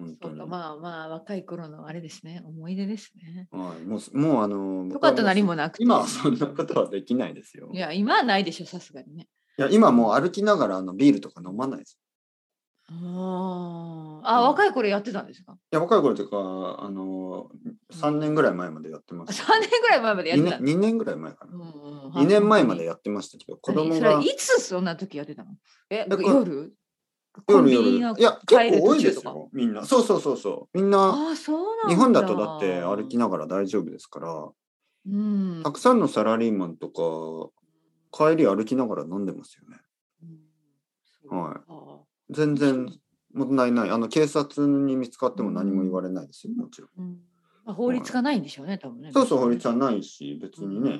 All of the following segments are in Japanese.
本当に。 そうか、まあまあ若い頃のあれですね、思い出ですね。 はい、もうよかった、何もなくて。 今はそんなことはできないですよ。 いや、今はないでしょ、さすがにね。 いや、今もう歩きながらビールとか飲まないです。 若い頃やってたんですか？ いや、若い頃というか、3年ぐらい前までやってました。 3年ぐらい前までやってた。 2年ぐらい前かな。 2 2年前までやってましたけど、子供が。 それいつそんな時やってたの？夜コンビニがいや、 帰る結構多い途中とか。 ですよ、みんな。そう。みんな、 そうなんだ。 日本だとだって歩きながら大丈夫ですから、たくさんのサラリーマンとか、帰り歩きながら飲んでますよね。はい。全然問題ない。警察に見つかっても何も言われないですよ、もちろん。 法律がないんでしょうね、多分ね。 そう、法律はないし、別にね、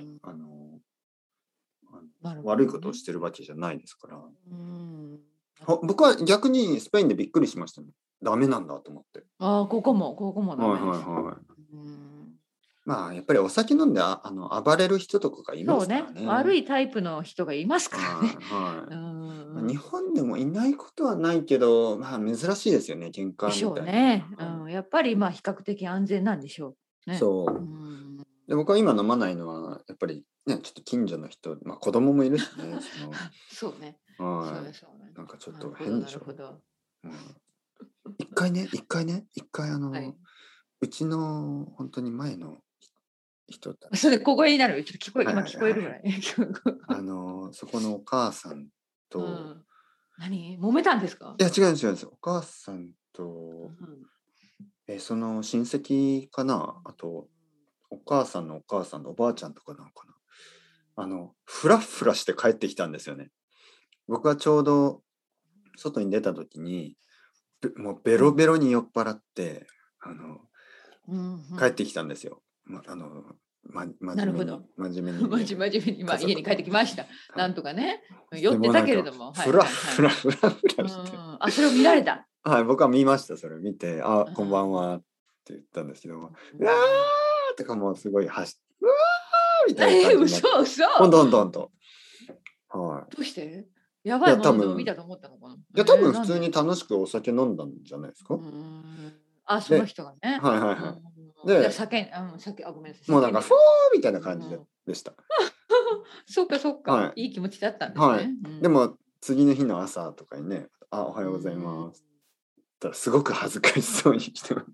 悪いことをしてるわけじゃないですから。僕は逆にスペインでびっくりしましたね。ダメなんだと思って。 ここもダメです。 まあやっぱりお酒飲んで暴れる人とかがいますからね。 そうね、悪いタイプの人がいますからね。 日本でもいないことはないけど、まあ珍しいですよね、喧嘩みたいな。 でしょうね。やっぱりまあ比較的安全なんでしょうね。 そう。で僕は今飲まないのはやっぱりね、ちょっと近所の人、まあ子供もいるしね。 そうね。 なんかちょっと変でしょ。一回ね、うちの本当に前の人だ。 それ小声になる。ちょっと今聞こえるぐらい。 そこのお母さんと。 何？揉めたんですか？ いや違うんです。お母さんと、その親戚かな、あとお母さんのお母さんのおばあちゃんとかなのかな。フラフラして帰ってきたんですよね。僕はちょうど外に出た時にもうベロベロに酔っ払って帰ってきたんですよ。 なるほど。 真面目に真面目に家に帰ってきました。なんとかね、酔ってたけれども。 フラフラして。 それを見られた。 はい、僕は見ました。それ見て、こんばんはって言ったんですけど、うわーとかもうすごい走って、うわーみたいな感じになって。 嘘。 ほんと。 どうして？やばいものを見たと思ったのかな。いや多分普通に楽しくお酒飲んだんじゃないですか。 その人がね。 で、 ごめんなさい。 もうなんかフォーみたいな感じでした。 そっか。いい気持ちだったんですね。 でも次の日の朝とかにね、おはようございます。たらすごく恥ずかしそうにしてました。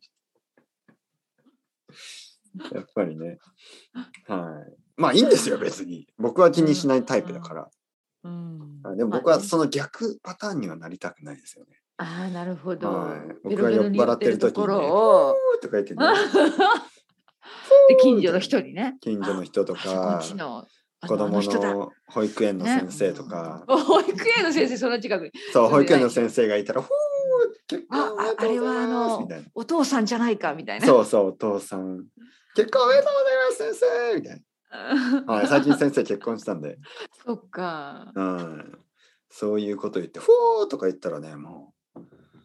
やっぱりね。まあいいんですよ、別に。僕は気にしないタイプだから。でも僕はその逆パターンにはなりたくないですよね。 なるほど。 僕が酔っ払ってる時にね、フーとか言ってね。 で近所の人にね。 近所の人とか、子供の保育園の先生とか。 保育園の先生その近くに。 そう、保育園の先生がいたら、 あれはお父さんじゃないかみたいな。 そう、お父さん。結婚おめでとうございます先生みたいな。最近先生結婚したんで。 そっか。 そういうこと言って、フォーとか言ったらね、もう。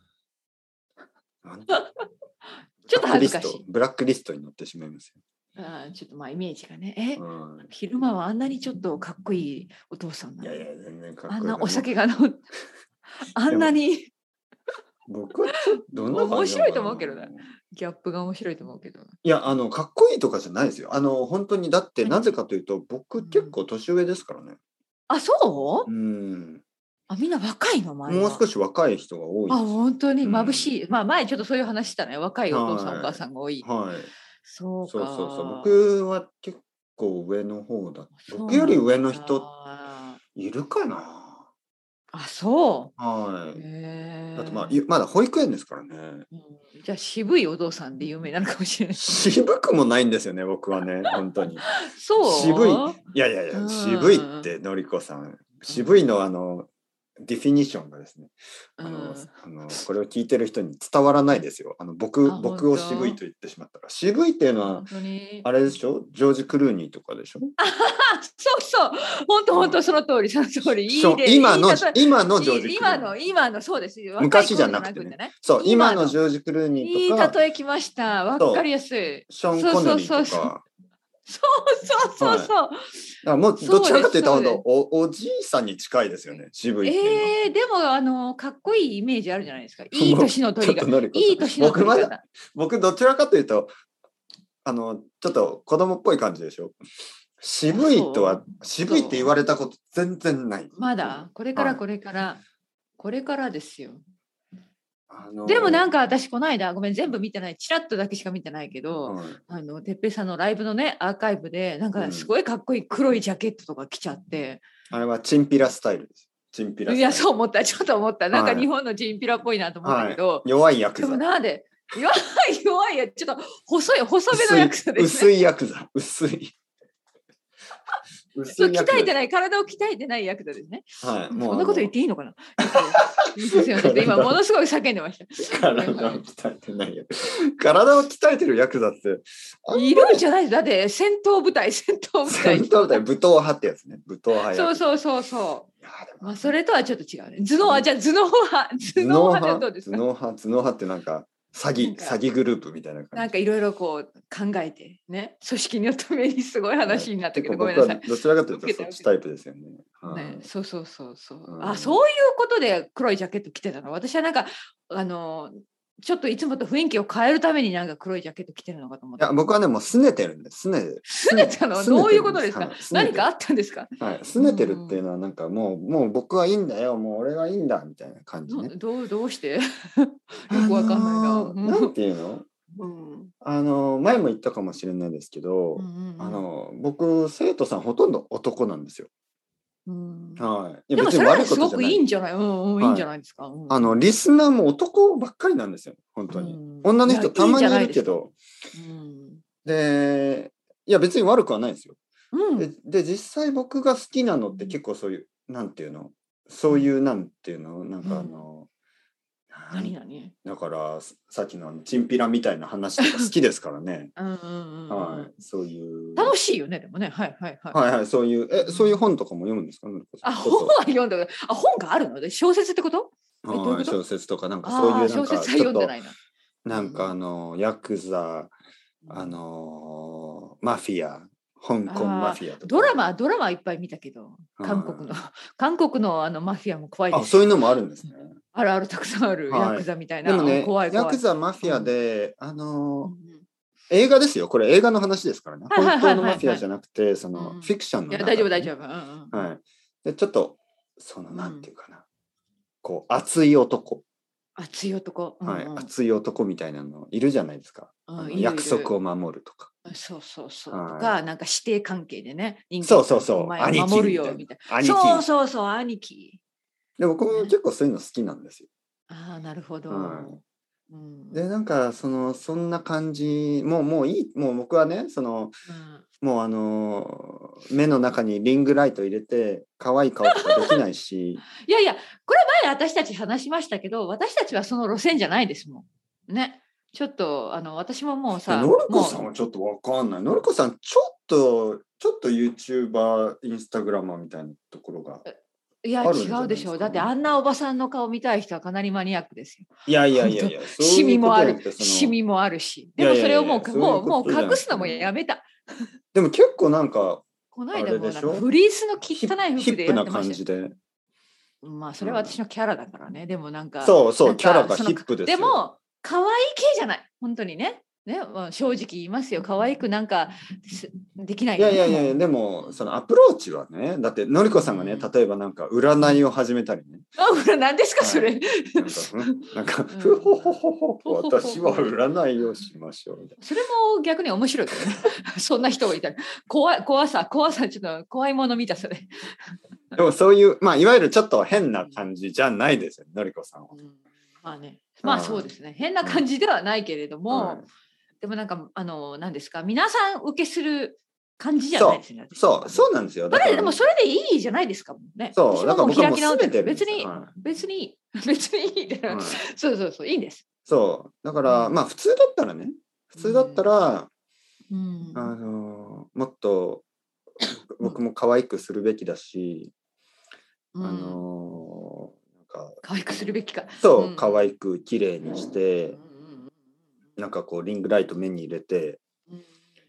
ちょっと恥ずかしい。 ブラックリストに載ってしまいますよ。 ちょっとイメージがね。昼間はあんなにちょっとかっこいいお父さんなの。 いや全然かっこいい。 あんなお酒があんなに。 僕はちょっとどんな感じ面白いと思うけどね。ギャップが面白いと思うけど。 いやかっこいいとかじゃないですよ。本当にだってなぜかというと僕結構年上ですからね。 そう？みんな若いの？ もう少し若い人が多い。 本当に眩しい。前ちょっとそういう話したね。若いお父さんお母さんが多い。そう。 僕は結構上の方だ。僕より上の人いるかな。 そう。 だってまだ保育園ですからね。 じゃあ渋いお父さんで有名なのかもしれない。 渋くもないんですよね、僕はね、本当に。 渋い。 いや、渋いってのりこさん。渋いのディフィニッションがですね、これを聞いてる人に伝わらないですよ。僕を渋いと言ってしまったら。渋いっていうのはあれでしょ、ジョージ・クルーニーとかでしょ。 そう、本当その通り。 今のジョージ・クルーニー。今のそうですよ。 昔じゃなくてね。そう、今のジョージ・クルーニーとか。 いい例えきました。わかりやすい。 ショーン・コネリーとか。 そう。 だからもうどちらかというとおじいさんに近いですよね、渋いっていうのは。でもかっこいいイメージあるじゃないですか。いい年の取り方。いい年の取り方。 僕どちらかというとちょっと子供っぽい感じでしょ。渋いって言われたこと全然ない。 まだこれからですよ。でもなんか私この間ごめん全部見てない、チラッとだけしか見てないけど、てっぺいさんのライブのねアーカイブでなんかすごいかっこいい黒いジャケットとか着ちゃって、 あれはチンピラスタイルです。チンピラスタイル。 いやそう思った、ちょっと思った、なんか日本のチンピラっぽいなと思ったけど、 弱いヤクザ。 でもなんで弱いや、ちょっと細めのヤクザですね。 薄いヤクザ、薄い鍛えてない、体を鍛えてないヤクザですね。はい、もうそんなこと言っていいのかな。今ものすごい叫んでました。 体を鍛えてないヤクザ。体を鍛えてるヤクザっているんじゃないです。だって戦闘部隊、武闘派ってやつね。武闘派。 そう。まあそれとはちょっと違うね。頭脳派でどうですか。 頭脳派ってなんか詐欺グループみたいな感じ。 なんかいろいろこう考えてね、組織のためにすごい話になったけど、ごめんなさい。 どちらかというとそっちタイプですよね。 そう。そういうことで黒いジャケット着てたの。私はなんかちょっといつもと雰囲気を変えるためになんか黒いジャケット着てるのかと思って。 いや僕はねもう拗ねてるんです。 拗ねたの？どういうことですか？何かあったんですか？ はい、拗ねてるっていうのはなんかもう僕はいいんだよ、もう俺はいいんだみたいな感じね。 どうして？よくわかんないな。なんていうの？前も言ったかもしれないですけど、僕生徒さんほとんど男なんですよ。 はい。でもそれはすごくいいんじゃない？いいんじゃないですか。 リスナーも男ばっかりなんですよ、本当に。女の人たまにいるけど。で、いや別に悪くはないですよ。で実際僕が好きなのって結構そういうなんていうの、そういうなんていうの、なんか何だからさっきのチンピラみたいな話とか好きですからね。そういう楽しいよね。でもね、はいそういう本とかも読むんですか？ 本は読んだ。本があるので小説ってこと？ 小説とかなんかそういうなんかちょっとなんかヤクザマフィア、香港マフィアとか。 ドラマいっぱい見たけど、韓国のマフィアも怖いです。 そういうのもあるんですね。 あるたくさんある、ヤクザみたいな。 でもね、ヤクザマフィアで映画ですよ。これ映画の話ですからね。本当のマフィアじゃなくてそのフィクションの中で。 大丈夫。 はい。でちょっとそのなんていうかな、こう熱い男。 熱い男。 熱い男みたいなのいるじゃないですか。約束を守るとか。 そう。とか、なんか師弟関係でね。 そう。 兄貴守るよみたいな。そう、兄貴。 で僕も結構そういうの好きなんですよ。 なるほど。 でなんかそんな感じもういい、もう僕はねもう目の中にリングライト入れて可愛い顔とかできないしいやこれ前私たち話しましたけど、私たちはその路線じゃないですもんね。ちょっと私ももうさ、 のりこさんはちょっとわかんない。のりこさんちょっと YouTuber インスタグラマーみたいなところがいや違うでしょう。だってあんなおばさんの顔見たい人はかなりマニアックですよ。 いやシミもあるし。でもそれをもう隠すのもやめた。 でも結構なんかこの間もなんかフリースの汚い服でやってました。 ヒップな感じで。 まあそれは私のキャラだからね。でもなんかそうキャラがヒップですよ。 でも可愛い系じゃない。本当にね。正直言いますよ。可愛くなんかできない、 いやでもそのアプローチはね、だってのりこさんがね、例えばなんか占いを始めたりね。 何ですかそれ。 なんかふほほほほ私は占いをしましょうみたいな。 それも逆に面白いけどね。そんな人がいたら怖さちょっと怖いもの見たそれ。 でもそういういわゆるちょっと変な感じじゃないですよのりこさんは。 まあそうですね。変な感じではないけれども。でもなんか何ですか、皆さん受けする感じじゃないですね。 そうなんですよ。 でもそれでいいじゃないですかもね。 そう、だから僕はもう全て別にいいそういいんです。 そうだから普通だったらもっと僕も可愛くするべきだし、なんか可愛くするべきか。 そう、可愛く綺麗にして。なんかこうリングライト目に入れて、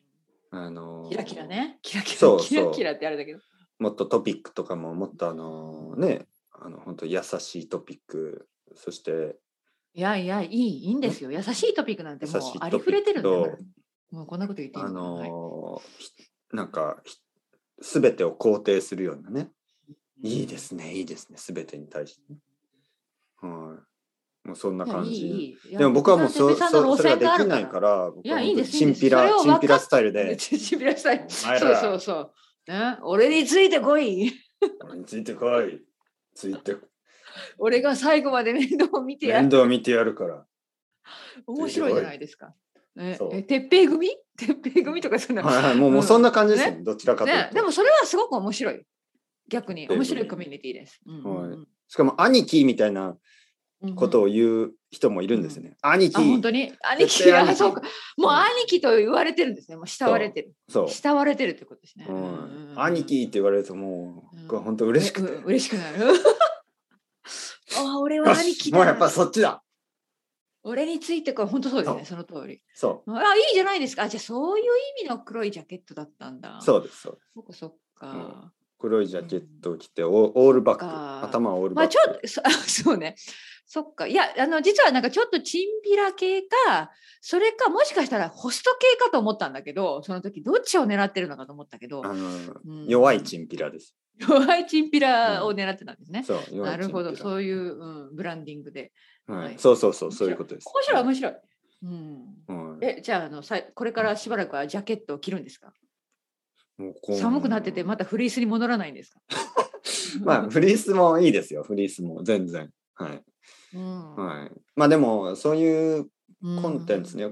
キラキラね。キラキラ、 そうキラキラってあれだけど。 もっとトピックとかももっとね、本当優しいトピック、そしていやいや、いいんですよ。優しいトピックなんてもうありふれてるんだから。もうこんなこと言っていいのなんか全てを肯定するようなね、いいですね、いいですね、全てに対してね。もうそんな感じ。でも僕はもうそれができないから、僕はチンピラスタイルで。 チンピラスタイル。そうそう。俺についてこい。 俺についてこい。 俺が最後まで面倒を見てやる。 面倒を見てやるから。 面白いじゃないですか。鉄平組とかそんな。 もうそんな感じですよね。どちらかというと。 でもそれはすごく面白い。逆に面白いコミュニティです。 しかも兄貴みたいなことを言う人もいるんですね。兄貴。 本当に兄貴。そうか。もう兄貴と言われてるんですね。もう慕われてる。慕われてるってことですね。 兄貴って言われるともう本当嬉しくて。 嬉しくなる。俺は兄貴だ。 もうやっぱそっちだ。 俺についてこれ本当そうですね。その通り。 そう。 いいじゃないですか。じゃあそういう意味の黒いジャケットだったんだ。 そうです。 そっか。 黒いジャケットを着てオールバック、頭はオールバック。 ちょっとそうね。そっか。いや実はなんかちょっとチンピラ系か、それかもしかしたらホスト系かと思ったんだけど、その時どっちを狙ってるのかと思ったけど、 弱いチンピラです。 弱いチンピラを狙ってたんですね。 なるほど、そういうブランディングで。 そういうことです。 面白い。じゃあこれからしばらくはジャケットを着るんですか？寒くなっててまたフリースに戻らないんですか？ まあフリースもいいですよ。フリースも全然。まあでもそういうコンテンツね。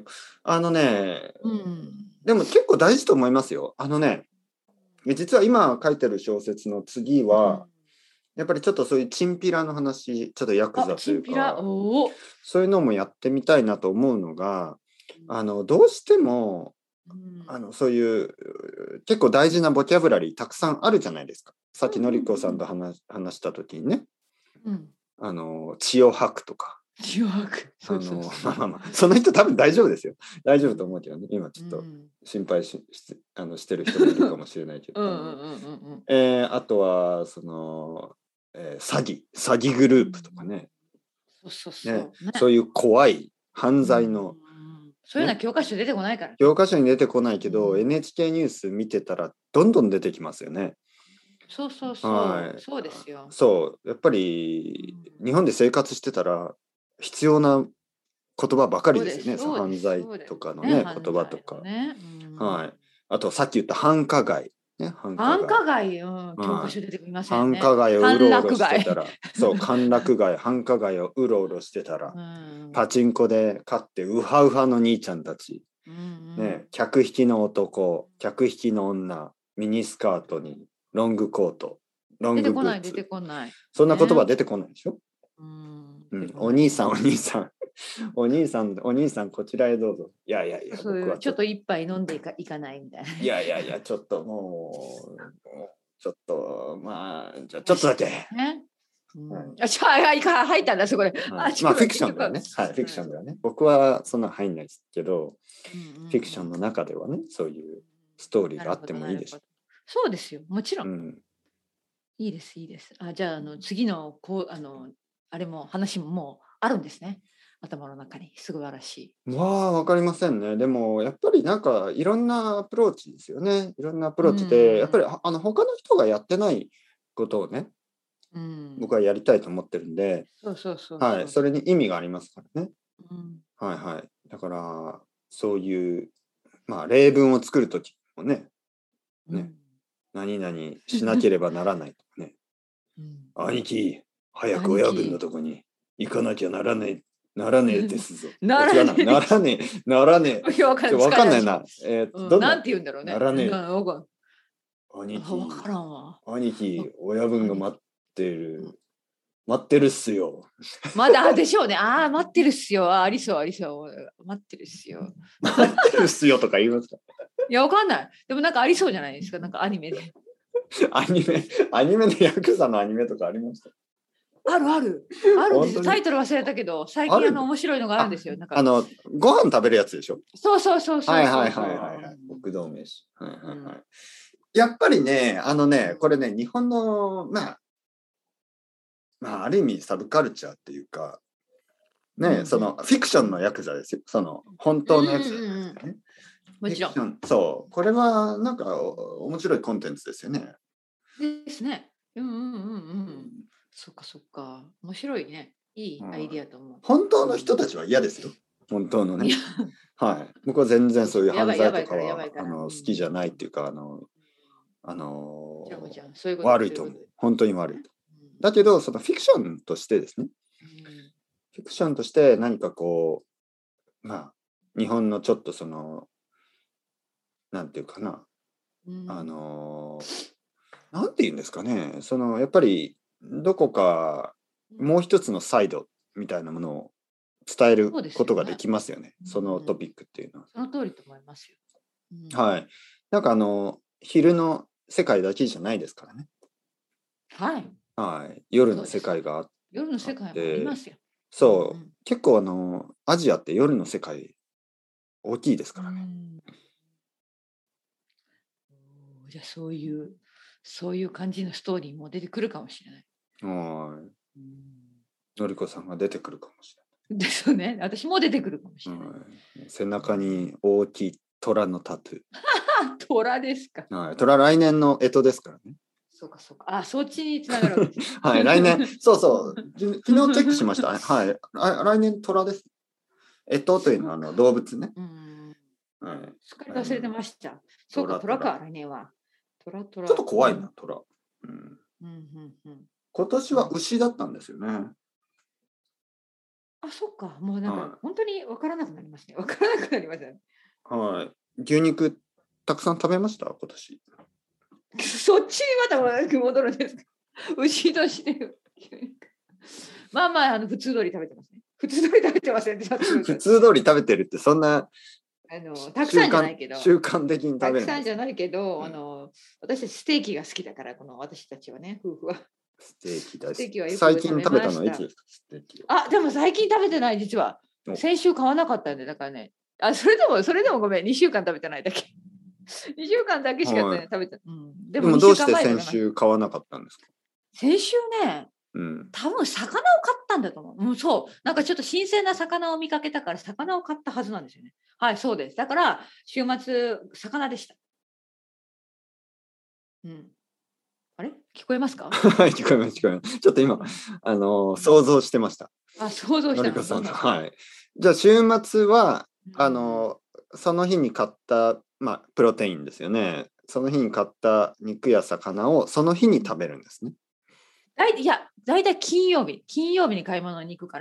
でも結構大事と思いますよ。実は今書いてる小説の次は、やっぱりちょっとそういうチンピラの話、ちょっとヤクザというか、そういうのもやってみたいなと思うのが、どうしてもそういう結構大事なボキャブラリーたくさんあるじゃないですか。さっきのりこさんと話した時にね、血を吐くとか。 血を吐く。 その人多分大丈夫ですよ。大丈夫と思うけどね。今ちょっと心配してる人もいるかもしれないけど。あとは詐欺グループとかね。そういう怖い犯罪の。 そういうのは教科書に出てこないから。 教科書に出てこないけど、NHK ニュース見てたらどんどん出てきますよね。 そうですよ。 やっぱり日本で生活してたら必要な言葉ばかりですよね。犯罪とかのね、言葉とか。あとさっき言った繁華街。 繁華街、教科書出てきませんね。 繁華街をうろうろしてたら、歓楽街、繁華街をうろうろしてたら、パチンコで勝ってウハウハの兄ちゃんたち、客引きの男、客引きの女、ミニスカートにロングコート、ロングブーツ。 出てこない。 そんな言葉出てこないでしょ？お兄さん、こちらへどうぞ。いや、 僕はちょっと一杯飲んでいかないみたいな。 いや、ちょっともう、ちょっと、まあ、じゃあちょっとだけ。 入ったんだ、そこで。 まあ、フィクションだよね。フィクションだよね。僕はそんな入んないですけど、フィクションの中ではね、そういうストーリーがあってもいいでしょ。 そうですよ、もちろん。いいです。じゃあ、次のあれも話ももうあるんですね。頭の中に素晴らしい。 わかりませんね。でもやっぱりなんかいろんなアプローチですよね。いろんなアプローチで、やっぱり他の人がやってないことをね、僕はやりたいと思ってるんで、それに意味がありますからね。だからそういう例文を作るときもね、何々しなければならないとかね。兄貴、早く親分のとこに行かなきゃならねえですぞ。ならねえ。わかんないな。 なんて言うんだろうね。 ならねえ。 兄貴、親分が待ってるっすよ。 まだでしょうね。待ってるっすよ。ありそう。待ってるっすよ。 待ってるっすよとか言いますか？ いや、わかんない。でもなんかありそうじゃないですか。なんかアニメで。 アニメでヤクザのアニメとかありました。 あるある。あるんですよ。 本当にタイトル忘れたけど、最近面白いのがあるんですよ。なんかご飯食べるやつでしょ。 そうそうそうそうそう。 はい。北道飯。やっぱりね、これね、日本の、まあ、ある意味サブカルチャーっていうか、ね、そのフィクションのヤクザですよ。その本当のやつですね。 もちろん。 そう。これはなんか面白いコンテンツですよね。 ですね。そっかそっか。面白いね。いいアイディアと思う。 本当の人たちは嫌ですよ。本当のね。はい。僕は全然そういう犯罪とかは好きじゃないっていうか、悪いと思う。本当に悪い。だけど、そのフィクションとしてですね。フィクションとして何かこう、まあ、日本のちょっとその、なんていうかな。なんて言うんですかね。その、やっぱり、どこか、もう一つのサイドみたいなものを伝えることができますよね。そのトピックっていうのは。 その通りと思いますよ。 はい。なんか昼の世界だけじゃないですからね。 はい。 はい。夜の世界があって。 夜の世界もありますよ。 そう。結構アジアって夜の世界大きいですからね。 じゃあそういう感じのストーリーも出てくるかもしれない。 はい。のりこさんが出てくるかもしれない。 ですよね。私も出てくるかもしれない。 背中に大きい虎のタトゥー。 虎ですか。 はい。虎来年の干支ですからね。 そうかそうか。あ、そっちにつながるわけです。 はい。来年、そうそう。昨日チェックしました。はい。来年虎です。干支というのは動物ね。 すっかり忘れてました。そうか、虎か、来年は。虎。ちょっと怖いな、虎。今年は牛だったんですよね。 あ、そっか。もうなんか、本当に分からなくなりますね。分からなくなりますね。 はい。牛肉、たくさん食べました、今年。 そっちにまた戻るんですか。牛として。まあ、普通通り食べてますね。普通通り食べてません。 普通通り食べてるって、そんな。 たくさんじゃないけど。 習慣的に食べる。 たくさんじゃないけど、私たちステーキが好きだから、私たちはね、夫婦は。 ステーキ大好き。 ステーキはよく最近食べたのはいつですか、ステーキは。 あ、でも最近食べてない、実は。先週買わなかったんで、だからね。それでもごめん、2週間食べてないだけ。2週間だけしか食べてない。 でもどうして先週買わなかったんですか。 先週ね、多分魚を買ったんだと思う。そう。なんかちょっと新鮮な魚を見かけたから魚を買ったはずなんですよね。はい、そうです。だから週末、魚でした。あれ聞こえますか。 はい、聞こえます。ちょっと今、想像してました。 想像してました。 はい。じゃあ週末は、その日に買った、プロテインですよね。その日に買った肉や魚をその日に食べるんですね。 いや、だいたい金曜日に買い物に行くから、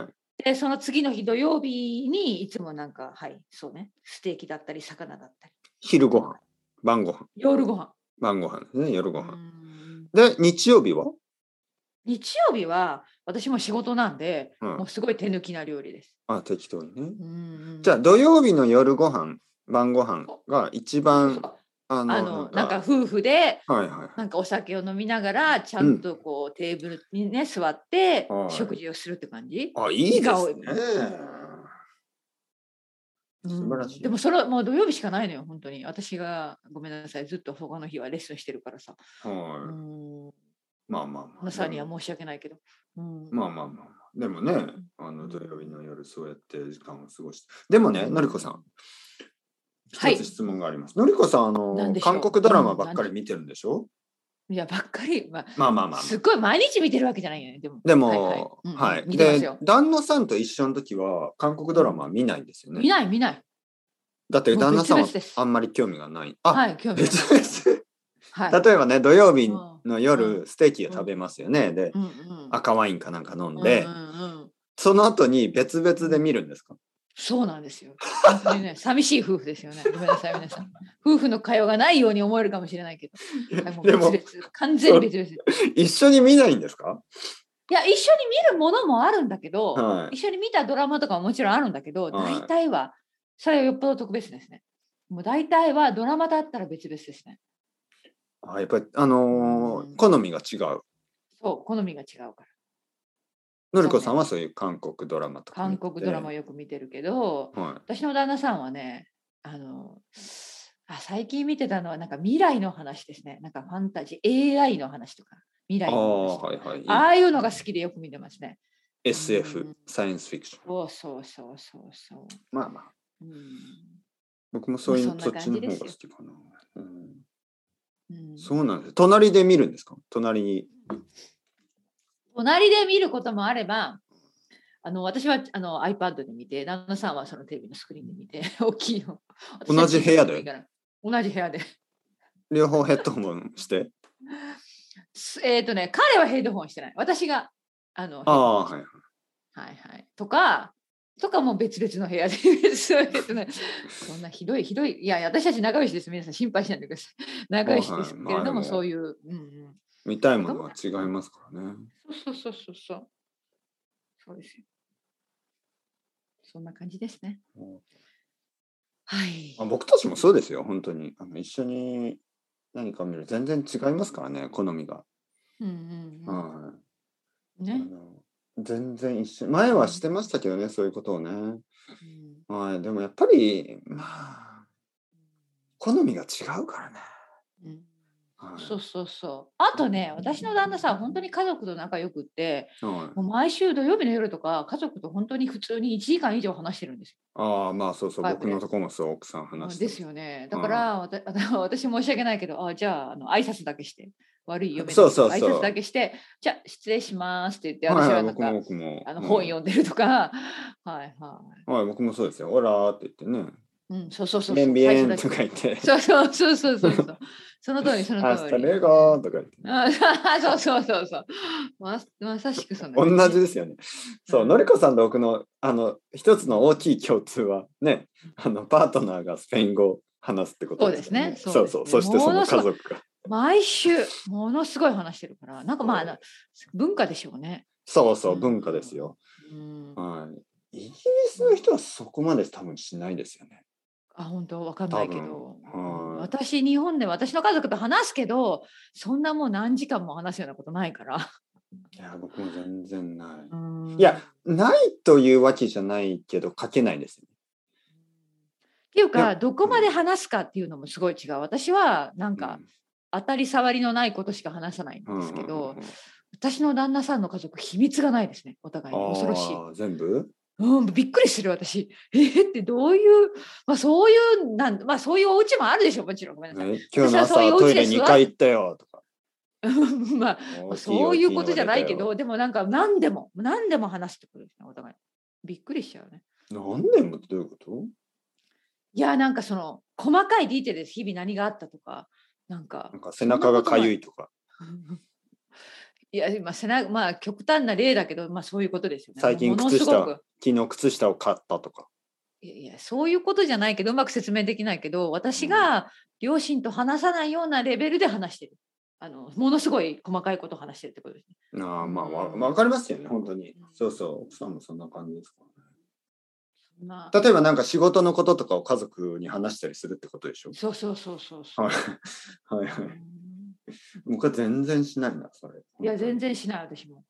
で、その次の日土曜日にいつもなんか、はい、そうね、ステーキだったり、魚だったり。 昼ご飯、晩ご飯。 夜ご飯。 晩ご飯ですね、夜ご飯。で、日曜日は私も仕事なんで、もうすごい手抜きな料理です。 適当にね。じゃあ土曜日の夜ご飯、晩ご飯が一番なんか夫婦でなんかお酒を飲みながらちゃんとこうテーブルにね座って食事をするって感じ。 いいですね。素晴らしい。 でもそれはもう土曜日しかないのよ、本当に。私がごめんなさい、ずっと他の日はレッスンしてるからさ。皆さんには申し訳ないけど。 でもね、土曜日の夜そうやって時間を過ごして。でもね、のりこさん。一つ質問があります。のりこさん、韓国ドラマばっかり見てるんでしょ。 いや、ばっかり、すっごい毎日見てるわけじゃないよね。 でも、はい。で、旦那さんと一緒の時は、韓国ドラマは見ないんですよね。 見ない。 だって旦那さんはあんまり興味がない。 はい、興味がない。 別々。例えばね、土曜日の夜、ステーキを食べますよね。で、赤ワインかなんか飲んで、その後に別々で見るんですか。 そうなんですよ。本当にね、寂しい夫婦ですよね。ごめんなさい、皆さん。夫婦の会話がないように思えるかもしれないけど。でも完全に別々です。 一緒に見ないんですか。 いや、一緒に見るものもあるんだけど、一緒に見たドラマとかももちろんあるんだけど、大体は、それはよっぽど特別ですね。もう大体はドラマだったら別々ですね。 やっぱり好みが違う。 そう、好みが違うから。 のりこさんはそういう韓国ドラマとか韓国ドラマよく見てるけど、私の旦那さんはね、最近見てたのはなんか未来の話ですね。なんかファンタジー、AI の話とか、未来の話とか、ああいうのが好きでよく見てますね。 SF、サイエンスフィクション。そう。 まあまあ。僕もそういう、そっちの方が好きかな。そうなんです。隣で見るんですか？隣で見ることもあれば、私はiPad で見て、旦那さんはそのテレビのスクリーンで見て、大きいの。 同じ部屋で？ 同じ部屋で。 両方ヘッドホンして？ 彼はヘッドホンしてない。私が、とかも別々の部屋でそんなひどい。いや、私たち仲良しです。皆さん心配しないでください。仲良しですけれども、そういう。 見たいものは違いますからね。 そう。そうですよ。そんな感じですね。はい。 僕たちもそうですよ、本当に。一緒に何か見る全然違いますからね、好みが。 ね。 全然一緒。前はしてましたけどね、そういうことをね。でもやっぱりまあ好みが違うからね。 そう。あとね、私の旦那さん本当に家族と仲良くって、もう毎週土曜日の夜とか家族と本当に普通に1時間以上話してるんですよ。まあそう、僕のとこもそう、奥さん話してですよね。だから私申し訳ないけど、じゃあ挨拶だけして、悪い嫁そう挨拶だけして、じゃあ失礼しますって言って、私はなんか本読んでるとか、 僕もそうですよ。オラーって言ってね。 そう。 ビエンビエンとか言って。 そう。その通り。 アスタレゴとか言って。 そう。まさしくそんな。 同じですよね。そう、のりこさんと僕の一つの大きい共通はね、パートナーがスペイン語を話すってことですね。そう。そしてその家族が。 毎週ものすごい話してるから、なんか文化でしょうね。 そう、文化ですよ。イギリスの人はそこまで多分しないですよね。 本当わかんないけど、日本で私の家族と話すけど、そんなもう何時間も話すようなことないから。 いや、僕も全然ない。いや、ないというわけじゃないけど、書けないですね。 っていうか、どこまで話すかっていうのもすごい違う。私はなんか、当たり障りのないことしか話さないんですけど、私の旦那さんの家族秘密がないですね、お互いに。恐ろしい。 全部？ びっくりする私。ってどういう、そういうそういうお家もあるでしょ、もちろん。ごめんなさい。 今日の朝トイレ2回行ったよとか。 そういうことじゃないけど、でもなんか何でも話してくるお互い。びっくりしちゃうね。 何年もってどういうこと？ いや、なんかその細かいディテールです。日々何があったとか、なんか背中がかゆいとか。 いや、極端な例だけど、そういうことですよね。 最近昨日靴下を買ったとか。 いや、そういうことじゃないけど、うまく説明できないけど、私が両親と話さないようなレベルで話してる。ものすごい細かいことを話してるってことですね。 わかりますよね、本当に。そう、奥さんもそんな感じですからね。例えばなんか仕事のこととかを家族に話したりするってことでしょ？ そう。 僕は全然しないな、それ。 いや、全然しない、私も。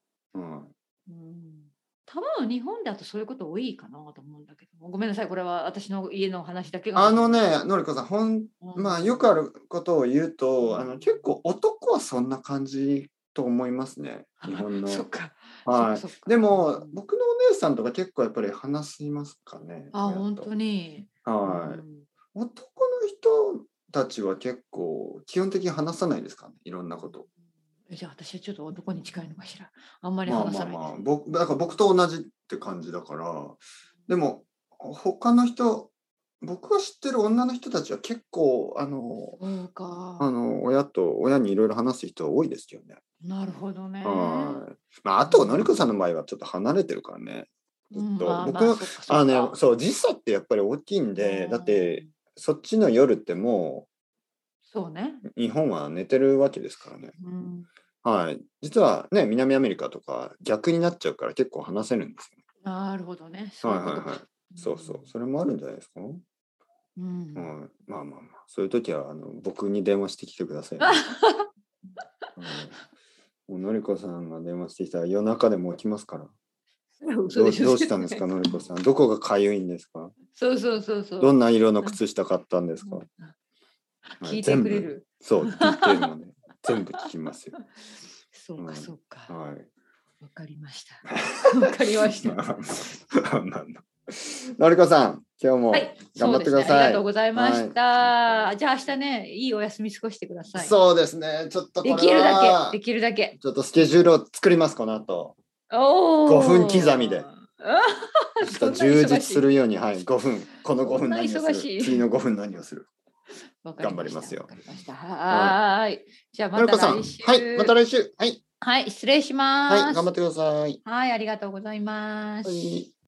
多分日本だとそういうこと多いかなと思うんだけど、ごめんなさい、これは私の家の話だけが。 のりこさん、よくあることを言うと、結構男はそんな感じと思いますね、日本の。 そっか。 でも、僕のお姉さんとか結構やっぱり話しますかね。 本当に。 男の人たちは結構基本的に話さないですかね、いろんなこと。 じゃあ私はちょっと男に近いのかしら。あんまり話さないです。 だから僕と同じって感じだから。でも他の人、僕が知ってる女の人たちは結構親にいろいろ話す人多いですよね。 なるほどね。 あとのりこさんの場合はちょっと離れてるからね。僕そう時差ってやっぱり大きいんで、だってそっちの夜ってもうそうね。 日本は寝てるわけですからね。実はね、南アメリカとか逆になっちゃうから結構話せるんですよ。 なるほどね。 そう、それもあるんじゃないですか。そういう時は僕に電話してきてください、ね。のりこさんが電話してきたら夜中でも起きますから。 嘘でしょ。 どうしたんですか、のりこさん。どこがかゆいんですか。 そう。 どんな色の靴下買ったんですか。 聞いてくれる。 そう、聞いてるので、全部聞きますよ。 そうか。 はい。 わかりました。わかりました。 のりこさん、今日も頑張ってください。 ありがとうございました。じゃあ明日ね、いいお休み過ごしてください。 そうですね。ちょっとできるだけ。 ちょっとスケジュールを作ります、この後。5分刻みで。充実するように、5分。この5分何をする。次の5分何をする。頑張りますよ。 はい。じゃあまた来週。 はい、また来週。 はい、失礼します。 はい、頑張ってください。 はい、ありがとうございます。